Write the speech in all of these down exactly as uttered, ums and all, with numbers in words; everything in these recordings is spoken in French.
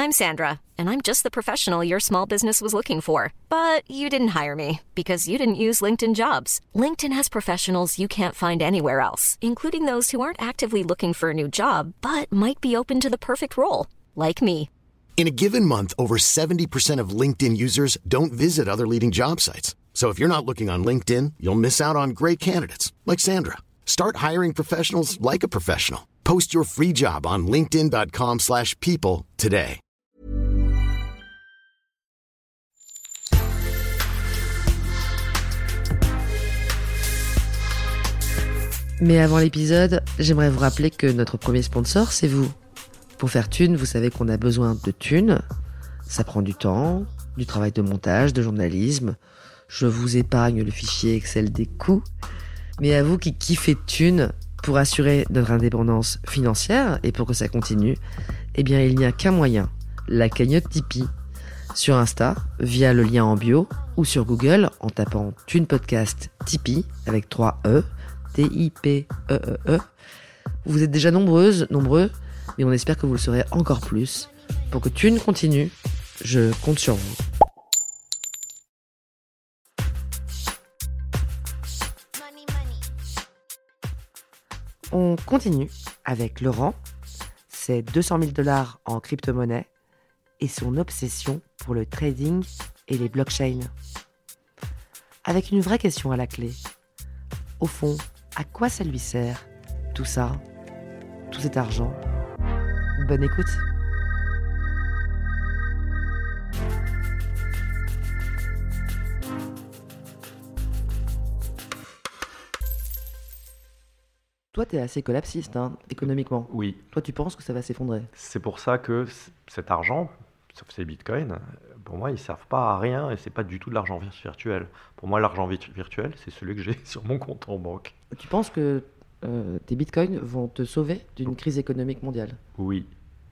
I'm Sandra, and I'm just the professional your small business was looking for. But you didn't hire me because you didn't use LinkedIn Jobs. LinkedIn has professionals you can't find anywhere else, including those who aren't actively looking for a new job, but might be open to the perfect role, like me. In a given month, over seventy percent of LinkedIn users don't visit other leading job sites. So if you're not looking on LinkedIn, you'll miss out on great candidates like Sandra. Start hiring professionals like a professional. Post your free job on linkedin.com slash people today. Mais avant l'épisode, j'aimerais vous rappeler que notre premier sponsor, c'est vous. Pour faire thune, vous savez qu'on a besoin de thunes. Ça prend du temps, du travail de montage, de journalisme. Je vous épargne le fichier Excel des coûts. Mais à vous qui kiffez thunes, pour assurer notre indépendance financière et pour que ça continue, eh bien il n'y a qu'un moyen, la cagnotte Tipeee. Sur Insta, via le lien en bio, ou sur Google en tapant Thune Podcast Tipeee avec trois E, T I P E E E. Vous êtes déjà nombreuses, nombreux, mais on espère que vous le serez encore plus. Pour que Thune continue, je compte sur vous. On continue avec Laurent, ses deux cent mille dollars en crypto-monnaie et son obsession pour le trading et les blockchains. Avec une vraie question à la clé. Au fond, à quoi ça lui sert, tout ça, tout cet argent? Bonne écoute. Toi, t'es assez collapsiste, hein, économiquement. Oui. Toi, tu penses que ça va s'effondrer. C'est pour ça que c- cet argent, sauf ces bitcoins, pour moi, ils ne servent pas à rien et c'est pas du tout de l'argent vir- virtuel. Pour moi, l'argent vi- virtuel, c'est celui que j'ai sur mon compte en banque. Tu penses que euh, tes bitcoins vont te sauver d'une crise économique mondiale? Oui,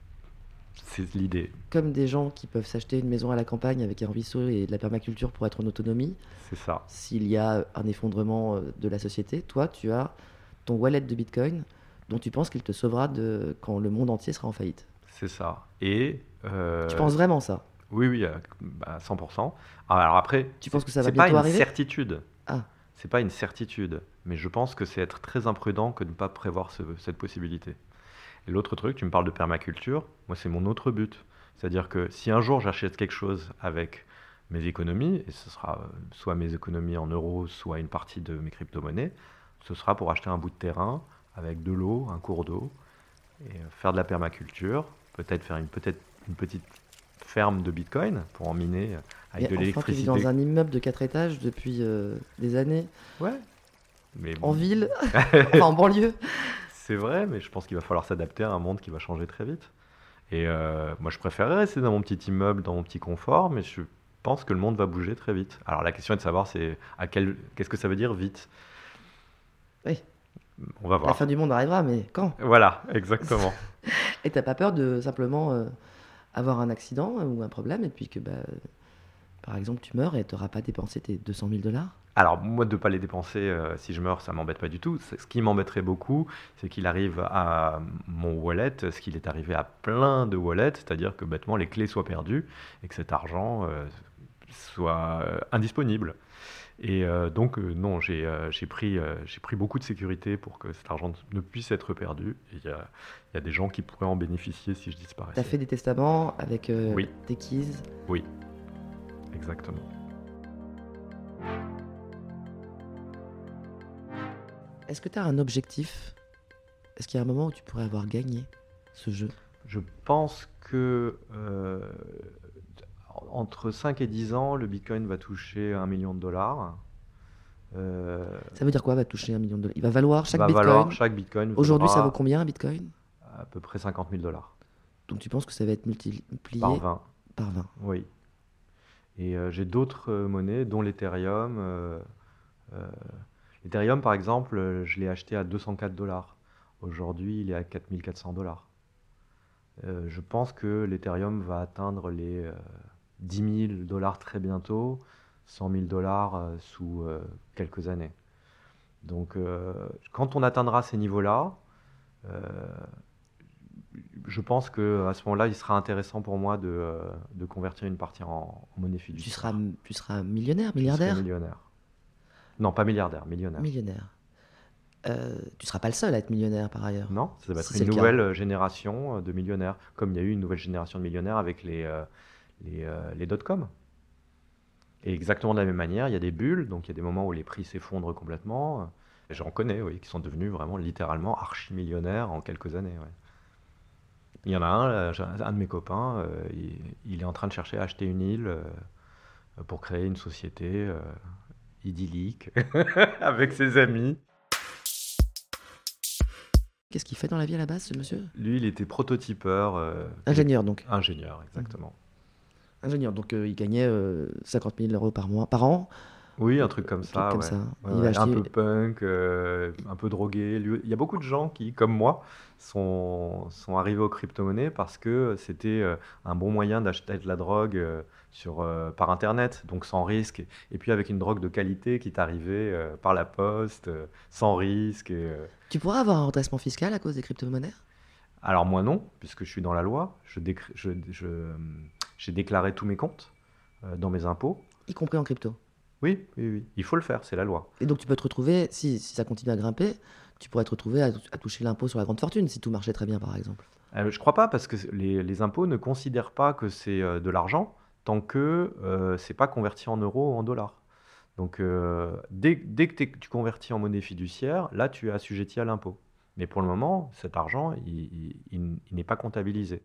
c'est l'idée. Comme des gens qui peuvent s'acheter une maison à la campagne avec un ruisseau et de la permaculture pour être en autonomie, C'est ça. s'il y a un effondrement euh, de la société, toi, tu as ton wallet de bitcoin dont tu penses qu'il te sauvera de quand le monde entier sera en faillite. C'est ça. Et. euh, Tu penses vraiment ça? Oui, oui, à bah, cent pour cent. Alors après, Tu penses que ça va c'est pas bientôt une arriver? certitude. Ah, C'est pas une certitude, mais je pense que c'est être très imprudent que de ne pas prévoir ce- cette possibilité. Et l'autre truc, tu me parles de permaculture, moi c'est mon autre but. C'est-à-dire que si un jour j'achète quelque chose avec mes économies, et ce sera euh, soit mes économies en euros, soit une partie de mes crypto-monnaies, ce sera pour acheter un bout de terrain avec de l'eau, un cours d'eau, et euh, faire de la permaculture, peut-être faire une, peut-être une petite ferme de bitcoin pour en miner euh, avec mais de enfin, tu vis l'électricité. dans un immeuble de quatre étages depuis euh, des années, Ouais. Mais en bon. ville, enfin en banlieue. C'est vrai, mais je pense qu'il va falloir s'adapter à un monde qui va changer très vite. Et euh, moi, je préférerais rester dans mon petit immeuble, dans mon petit confort, mais je pense que le monde va bouger très vite. Alors la question est de savoir, c'est à quel, qu'est-ce que ça veut dire vite. Oui, On va la voir. fin du monde arrivera, mais quand? Voilà, exactement. Et t'as pas peur de simplement euh, avoir un accident ou un problème et puis que, bah, par exemple, tu meurs et t'auras pas dépensé tes deux cent mille dollars? Alors moi, de ne pas les dépenser euh, si je meurs, ça m'embête pas du tout. C'est- Ce qui m'embêterait beaucoup, c'est qu'il arrive à mon wallet, ce qu'il est arrivé à plein de wallets, c'est-à-dire que bêtement les clés soient perdues et que cet argent euh, soit euh, indisponible. Et euh, donc euh, non, j'ai euh, j'ai pris, euh, j'ai pris beaucoup de sécurité pour que cet argent ne puisse être perdu. Et Il y a, il y a des gens qui pourraient en bénéficier si je disparaissais. T'as fait des testaments avec euh, Oui. tes keys? Oui, exactement. Est-ce que t'as un objectif? Est-ce qu'il y a un moment où tu pourrais avoir gagné ce jeu? Je pense que euh, entre cinq et dix ans, le Bitcoin va toucher un million de dollars. Euh, Ça veut dire quoi, va toucher un million de dollars? Il va valoir chaque va bitcoin. valoir, chaque Bitcoin Aujourd'hui, ça vaudra vaut combien un bitcoin? à peu près cinquante mille dollars. Donc tu penses que ça va être multiplié Par vingt, par vingt? oui. Et euh, j'ai d'autres euh, monnaies, dont l'Ethereum. euh, euh, L'Ethereum, par exemple, euh, je l'ai acheté à deux cent quatre dollars. Aujourd'hui, il est à quatre mille quatre cents dollars. Euh, je pense que l'Ethereum va atteindre les euh, dix mille dollars très bientôt, cent mille dollars euh, sous euh, quelques années. Donc, euh, quand on atteindra ces niveaux-là, euh, je pense qu'à ce moment-là, il sera intéressant pour moi de, euh, de convertir une partie en, en monnaie Tu fiduciaire. seras, tu seras millionnaire, Je serai milliardaire? millionnaire. Non, pas milliardaire, millionnaire. Millionnaire. Euh, tu seras pas le seul à être millionnaire par ailleurs. Non, ça va Si être c'est une le cas. nouvelle génération de millionnaires, comme il y a eu une nouvelle génération de millionnaires avec les, euh, les, euh, les dot-com. Et exactement de la même manière, il y a des bulles, donc il y a des moments où les prix s'effondrent complètement. Et j'en connais, oui, qui sont devenus vraiment littéralement archi-millionnaires en quelques années. Ouais. Il y en a un, là, j'ai un un de mes copains, euh, il, il est en train de chercher à acheter une île euh, pour créer une société euh, idyllique avec ses amis. Qu'est-ce qu'il fait dans la vie à la base, ce monsieur? Lui, il était prototypeur. euh, Ingénieur donc. Ingénieur, exactement. Ingénieur, donc euh, il gagnait euh, cinquante mille euros par mois, par an. Oui, un truc comme Un truc ça, comme ouais. ça. Ouais, Il va ouais, acheter- un peu punk, euh, un peu drogué. Lui- Il y a beaucoup de gens qui, comme moi, sont, sont arrivés aux crypto-monnaies parce que c'était euh, un bon moyen d'acheter de la drogue euh, sur, euh, par Internet, donc sans risque. Et puis avec une drogue de qualité qui t'arrivait euh, par la poste, euh, sans risque. Et, euh, Tu pourras avoir un redressement fiscal à cause des crypto-monnaies? Alors moi non, puisque je suis dans la loi. Je décr- je- je, euh, j'ai déclaré tous mes comptes euh, dans mes impôts. Y compris en crypto. Oui, oui, oui. Il faut le faire, c'est la loi. Et donc tu peux te retrouver, si, si ça continue à grimper, tu pourrais te retrouver à, à toucher l'impôt sur la grande fortune si tout marchait très bien par exemple. Euh, je crois pas parce que les, les impôts ne considèrent pas que c'est euh, de l'argent tant que euh, c'est pas converti en euros ou en dollars. Donc euh, dès, dès que t'es- tu convertis en monnaie fiduciaire, là tu es assujetti à l'impôt. Mais pour le moment, cet argent, il, il- il- il n'est pas comptabilisé.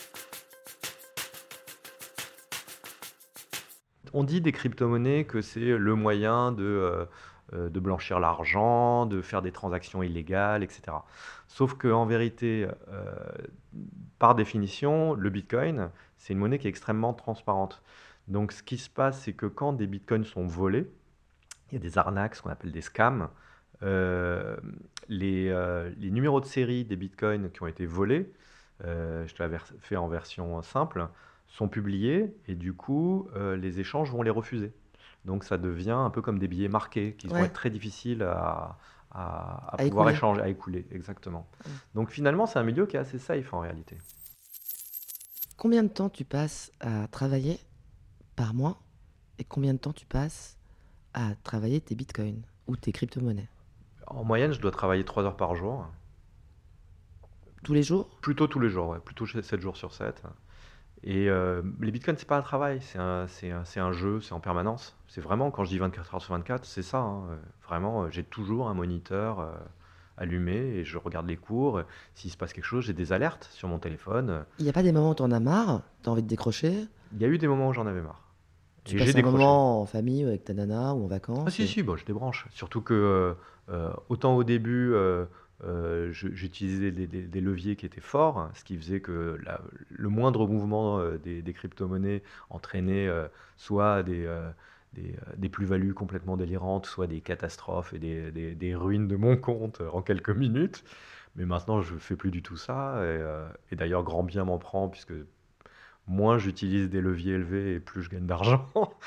On dit des crypto-monnaies que c'est le moyen de, euh, euh, de blanchir l'argent, de faire des transactions illégales, et cetera. Sauf qu'en vérité, euh, par définition, le Bitcoin, c'est une monnaie qui est extrêmement transparente. Donc ce qui se passe, c'est que quand des Bitcoins sont volés, il y a des arnaques, ce qu'on appelle des scams. Euh, les, euh, les numéros de série des Bitcoins qui ont été volés, euh, je te l'avais fait en version simple, sont publiés et du coup, euh, les échanges vont les refuser. Donc ça devient un peu comme des billets marqués qui vont Ouais. être très difficiles à, à- à À pouvoir écouler. échanger, à écouler. Exactement. Ouais. Donc finalement, c'est un milieu qui est assez safe en réalité. Combien de temps tu passes à travailler par mois et combien de temps tu passes à travailler tes bitcoins ou tes crypto-monnaies? En moyenne, je dois travailler trois heures par jour. Tous les jours? Plutôt tous les jours, ouais. Plutôt sept jours sur sept. Et euh, les bitcoins, c'est pas un travail, c'est un, c'est un, c'est un jeu, c'est en permanence. C'est vraiment, quand je dis vingt-quatre heures sur vingt-quatre, c'est ça. Hein. Euh, Vraiment, euh, j'ai toujours un moniteur euh, allumé et je regarde les cours. S'il se passe quelque chose, j'ai des alertes sur mon téléphone. Il n'y a pas des moments où tu en as marre, tu as envie de décrocher? Il y a eu des moments où j'en avais marre. Tu Et passes j'ai un décroché. moment en famille avec ta nana ou en vacances? Ah si, et- si, bon, je débranche. Surtout que, euh, euh, autant au début, euh, euh, je- j'utilisais des, des- des leviers qui étaient forts, hein, ce qui faisait que la- le moindre mouvement euh, des, des crypto-monnaies entraînait euh, soit des, euh, des, euh, des plus-values complètement délirantes, soit des catastrophes et des, des- des ruines de mon compte en quelques minutes. Mais maintenant, je ne fais plus du tout ça. Et, euh, et d'ailleurs, grand bien m'en prend, puisque moins j'utilise des leviers élevés et plus je gagne d'argent.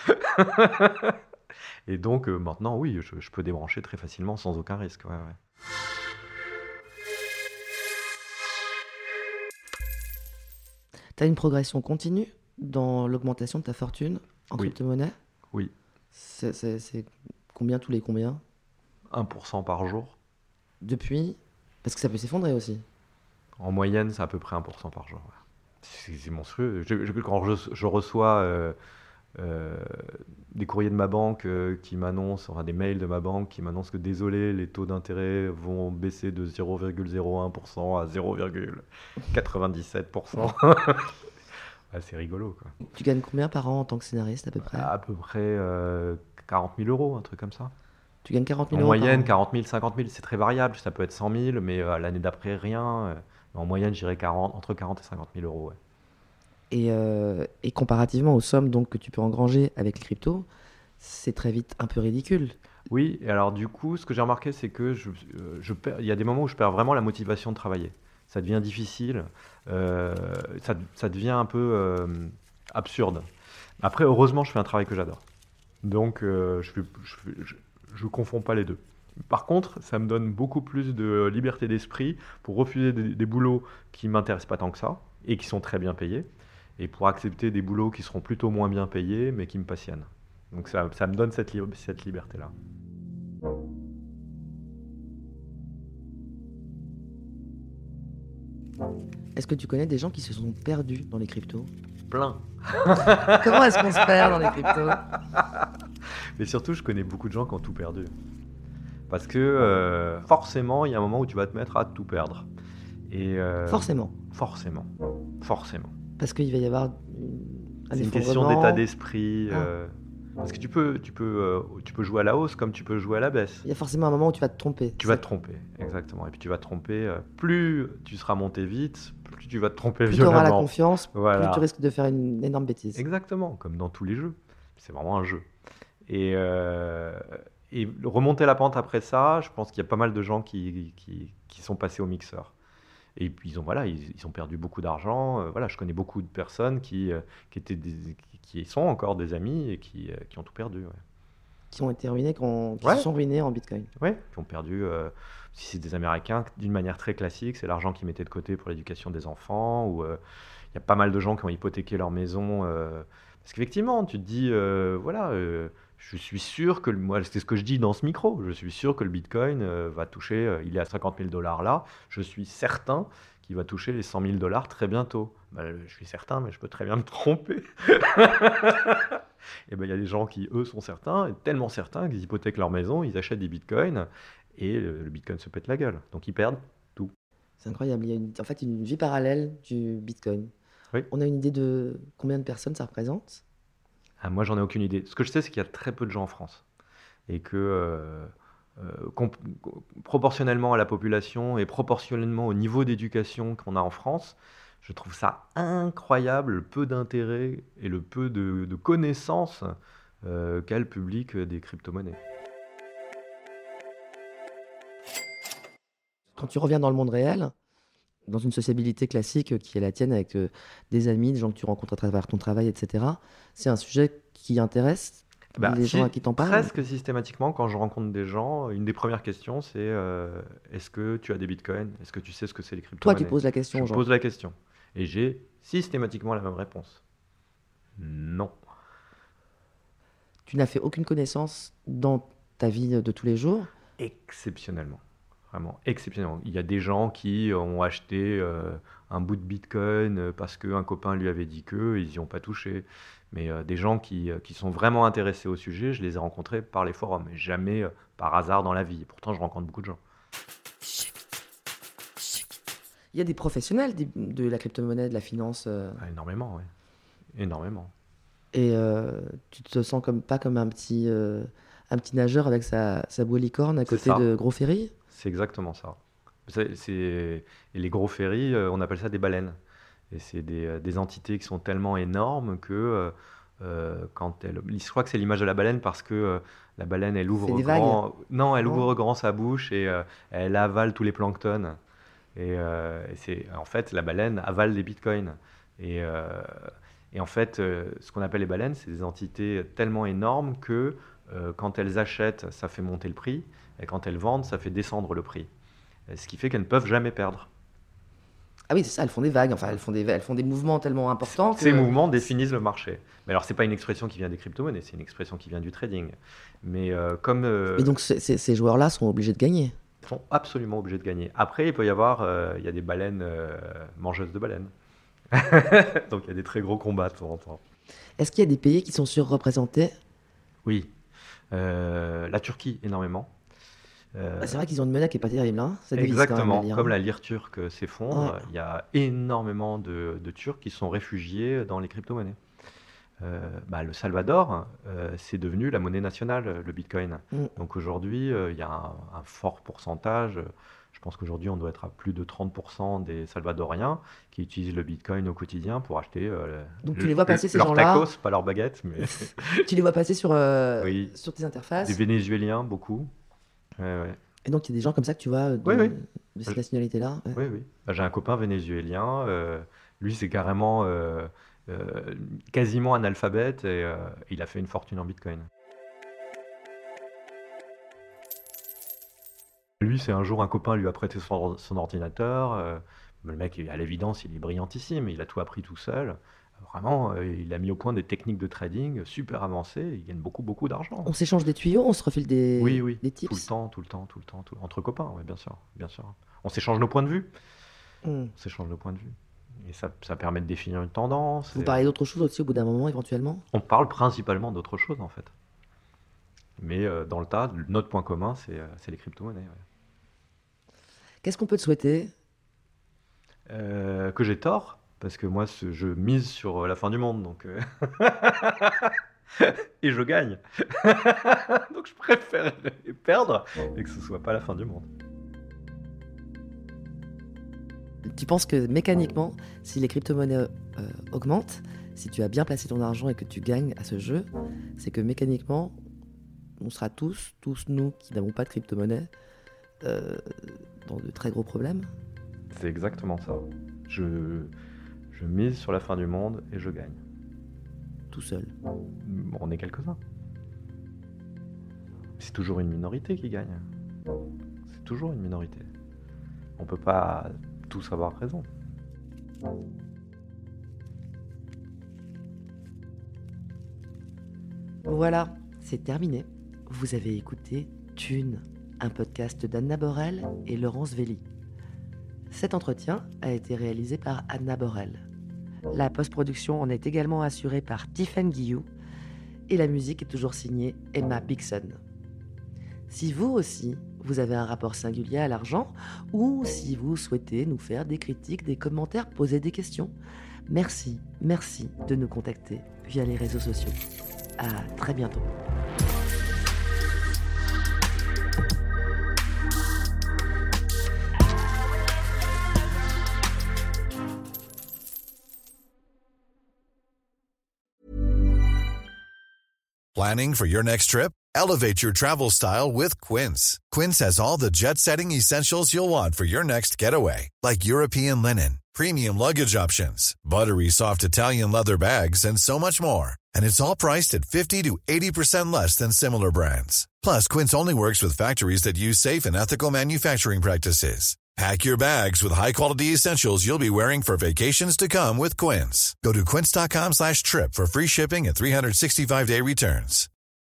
Et donc euh, maintenant, oui, je, je peux débrancher très facilement sans aucun risque. Ouais, ouais. Tu as une progression continue dans l'augmentation de ta fortune en Oui. crypto-monnaie? Oui, C'est, c'est- c'est combien tous les combien? un pour cent par jour. Depuis? Parce que ça peut s'effondrer aussi. En moyenne, c'est à peu près un pour cent par jour. Ouais. C'est c'est monstrueux. Je- je- quand je, je reçois euh, euh, des courriers de ma banque euh, qui m'annoncent, enfin des mails de ma banque qui m'annoncent que désolé, les taux d'intérêt vont baisser de zéro virgule zéro un pour cent à zéro virgule quatre-vingt-dix-sept pour cent. Ouais, c'est rigolo, quoi. Tu gagnes combien par an en tant que scénariste à peu près? À peu près euh, quarante mille euros, un truc comme ça. Tu gagnes quarante En mille euros par moyenne, an. quarante mille, cinquante mille, c'est très variable. Ça peut être cent mille, mais euh, l'année d'après, rien. Euh, mais en moyenne, j'irais quarante, entre quarante et cinquante mille euros. Ouais. Et, euh, et comparativement aux sommes donc, que tu peux engranger avec les cryptos, c'est très vite un peu ridicule. Oui, et alors du coup, ce que j'ai remarqué, c'est que je, euh, je perds- il y a des moments où je perds vraiment la motivation de travailler. Ça devient difficile, euh, ça, ça devient un peu euh, absurde. Après, heureusement, je fais un travail que j'adore. Donc, euh, je ne je, je, je confonds pas les deux. Par contre, ça me donne beaucoup plus de liberté d'esprit pour refuser des, des boulots qui ne m'intéressent pas tant que ça et qui sont très bien payés, et pour accepter des boulots qui seront plutôt moins bien payés mais qui me passionnent. Donc ça, ça me donne cette, li- cette liberté-là. Est-ce que tu connais des gens qui se sont perdus dans les cryptos? Plein. Comment est-ce qu'on se perd dans les cryptos? Mais surtout, je connais beaucoup de gens qui ont tout perdu. Parce que euh, forcément, il y a un moment où tu vas te mettre à tout perdre. Et, euh, Forcément. Forcément. Forcément. Parce qu'il va y avoir une, un C'est une question effondrement. d'état d'esprit. Ah. euh, parce que tu peux, tu, peux, euh, tu peux jouer à la hausse comme tu peux jouer à la baisse. Il y a forcément un moment où tu vas te tromper. Tu vas te tromper, exactement. Et puis tu vas te tromper. euh, plus tu seras monté vite, plus tu vas te tromper Plus tu auras la violemment. confiance, Voilà. plus tu risques de faire une énorme bêtise. Exactement, comme dans tous les jeux. C'est vraiment un jeu. Et, euh, et remonter la pente après ça, je pense qu'il y a pas mal de gens qui, qui, qui sont passés au mixeur. Et puis ils ont, voilà, ils, ils ont perdu beaucoup d'argent. Euh, voilà, je connais beaucoup de personnes qui, euh, qui, étaient des, qui, qui sont encore des amis et qui, euh, qui ont tout perdu. Ouais. Qui ont été ruinés, qui, ont- qui Ouais. se sont ruinés en Bitcoin. Ouais, qui ont perdu, euh, si c'est des Américains, d'une manière très classique, c'est l'argent qu'ils mettaient de côté pour l'éducation des enfants, ou euh, il y a pas mal de gens qui ont hypothéqué leur maison, euh, parce qu'effectivement, tu te dis, euh, voilà, euh, je suis sûr que, le- moi, c'est ce que je dis dans ce micro, je suis sûr que le Bitcoin euh, va toucher, euh, il est à cinquante mille dollars là, je suis certain qu'il va toucher les cent mille dollars très bientôt. Bah, je suis certain, mais je peux très bien me tromper. Et ben il y a des gens qui, eux, sont certains, et tellement certains qu'ils hypothèquent leur maison, ils achètent des bitcoins, et le, le bitcoin se pète la gueule. Donc ils perdent tout. C'est incroyable. Il y a une- en fait une vie parallèle du Bitcoin. Oui. On a une idée de combien de personnes ça représente? Ah, moi, j'en ai aucune idée. Ce que je sais, c'est qu'il y a très peu de gens en France. Et que, euh, euh, comp- proportionnellement à la population et proportionnellement au niveau d'éducation qu'on a en France, je trouve ça incroyable, le peu d'intérêt et le peu de, de connaissances euh, qu'a le public des crypto-monnaies. Quand tu reviens dans le monde réel, dans une sociabilité classique qui est la tienne avec euh, des amis, des gens que tu rencontres à travers ton travail, et cetera, c'est un sujet qui intéresse Bah, les si- gens à qui t'en parles? Presque systématiquement, quand je rencontre des gens, une des premières questions, c'est euh, est-ce que tu as des bitcoins? Est-ce que tu sais ce que c'est les Toi, crypto-monnaies? tu poses la question Je aux gens. pose la question. Et j'ai systématiquement la même réponse. Non. Tu n'as fait aucune connaissance dans ta vie de tous les jours. Exceptionnellement. Vraiment, exceptionnellement. Il y a des gens qui ont acheté euh, un bout de bitcoin euh, parce qu'un copain lui avait dit que, ils n'y ont pas touché. Mais euh, des gens qui, euh, qui sont vraiment intéressés au sujet, je les ai rencontrés par les forums, et jamais euh, par hasard dans la vie. Et pourtant, je rencontre beaucoup de gens. Il y a des professionnels des- de la crypto-monnaie, de la finance, euh, Ah, énormément, oui. Énormément. et euh, tu te sens comme, pas comme un petit, euh, un petit nageur avec sa, sa bouée licorne à C'est côté ça. de gros ferry. C'est exactement ça. C'est, c'est- Et les gros ferries, euh, on appelle ça des baleines. Et c'est des, euh, des entités qui sont tellement énormes que euh, euh, quand elle... Je crois que c'est l'image de la baleine parce que euh, la baleine, elle ouvre des vagues. grand... Non, elle Non. ouvre grand sa bouche et euh, elle avale tous les planctons. Et, euh, et c'est... En fait, la baleine avale des bitcoins. Et, euh, et en fait, euh, ce qu'on appelle les baleines, c'est des entités tellement énormes que euh, quand elles achètent, ça fait monter le prix. Et quand elles vendent, ça fait descendre le prix. Et ce qui fait qu'elles ne peuvent jamais perdre. Ah oui, c'est ça, elles font des vagues, enfin elles font des, elles font des mouvements tellement importants que... Ces mouvements définissent le marché. Mais alors, c'est pas une expression qui vient des crypto-monnaies, c'est une expression qui vient du trading. Mais euh, comme euh, Et donc ces, ces- ces joueurs-là sont obligés de gagner. ils sont absolument obligés de gagner. Après, il peut y avoir, euh, il y a des baleines euh, mangeuses de baleines. Donc il y a des très gros combats de temps en temps. Est-ce qu'il y a des pays qui sont surreprésentés? Oui, Euh, la Turquie énormément. Euh, Ah, c'est vrai qu'ils ont une monnaie qui est pas terrible, hein. Ça dévisse quand même, Exactement, la lire, comme hein. la lire turque s'effondre, Ouais. il y a énormément de, de Turcs qui sont réfugiés dans les crypto-monnaies. Euh, bah, le Salvador, euh, c'est devenu la monnaie nationale, le Bitcoin. Mm. Donc aujourd'hui, euh, il y a un, un fort pourcentage, je pense qu'aujourd'hui on doit être à plus de trente pour cent des Salvadoriens qui utilisent le Bitcoin au quotidien pour acheter euh, Donc le- tu les vois le- passer, ces leurs gens-là tacos, pas leurs baguettes, mais Tu les vois passer sur, euh, Oui. sur tes interfaces. des Vénézuéliens, beaucoup. Ouais, ouais. Et donc il y a des gens comme ça que tu vois de, Oui, oui. de cette Je- nationalité-là. Ouais. Oui, oui. Bah, j'ai un copain vénézuélien. euh, lui, c'est carrément euh, euh, quasiment analphabète et euh, il a fait une fortune en Bitcoin. Lui, c'est un jour un copain lui a prêté son, son ordinateur. euh, le mec, à l'évidence, il est brillantissime, il a tout appris tout seul. Vraiment, euh, il a mis au point des techniques de trading super avancées. Il gagne beaucoup, beaucoup d'argent. On s'échange des tuyaux, on se refile des, Oui, oui, des tout le tips. temps, tout le temps, tout le temps, tout- entre copains, oui, bien sûr, bien sûr. On s'échange nos points de vue, Hmm. on s'échange nos points de vue. Et ça, ça permet de définir une tendance. Vous et, parlez euh, d'autre chose aussi au bout d'un moment, éventuellement? on parle principalement d'autre chose, en fait. Mais euh, dans le tas, notre point commun, c'est euh, c'est les crypto-monnaies. Ouais. Qu'est-ce qu'on peut te souhaiter? Euh, que j'ai tort, parce que moi, ce- je mise sur euh, la fin du monde, donc euh, et je gagne. Donc je préfère perdre et que ce soit pas la fin du monde. Tu penses que mécaniquement, si les crypto-monnaies euh, augmentent, si tu as bien placé ton argent et que tu gagnes à ce jeu, c'est que mécaniquement, on sera tous, tous nous qui n'avons pas de crypto-monnaie, euh, dans de très gros problèmes? C'est exactement ça. Je, je mise sur la fin du monde et je gagne. Tout seul. On est quelques-uns. C'est toujours une minorité qui gagne. C'est toujours une minorité. On peut pas tous avoir raison. Voilà, c'est terminé. Vous avez écouté Thune, un podcast d'Anna Borel et Laurence Velli. Cet entretien a été réalisé par Anna Borel. La post-production en est également assurée par Tiffen Guillou et la musique est toujours signée Emma Bixson. Si vous aussi, vous avez un rapport singulier à l'argent ou si vous souhaitez nous faire des critiques, des commentaires, poser des questions, merci, merci de nous contacter via les réseaux sociaux. À très bientôt. Planning for your next trip? Elevate your travel style with Quince. Quince has all the jet-setting essentials you'll want for your next getaway, like European linen, premium luggage options, buttery soft Italian leather bags, and so much more. And it's all priced at fifty to eighty percent less than similar brands. Plus, Quince only works with factories that use safe and ethical manufacturing practices. Pack your bags with high-quality essentials you'll be wearing for vacations to come with Quince. Go to quince.com slash trip for free shipping and three sixty-five day returns.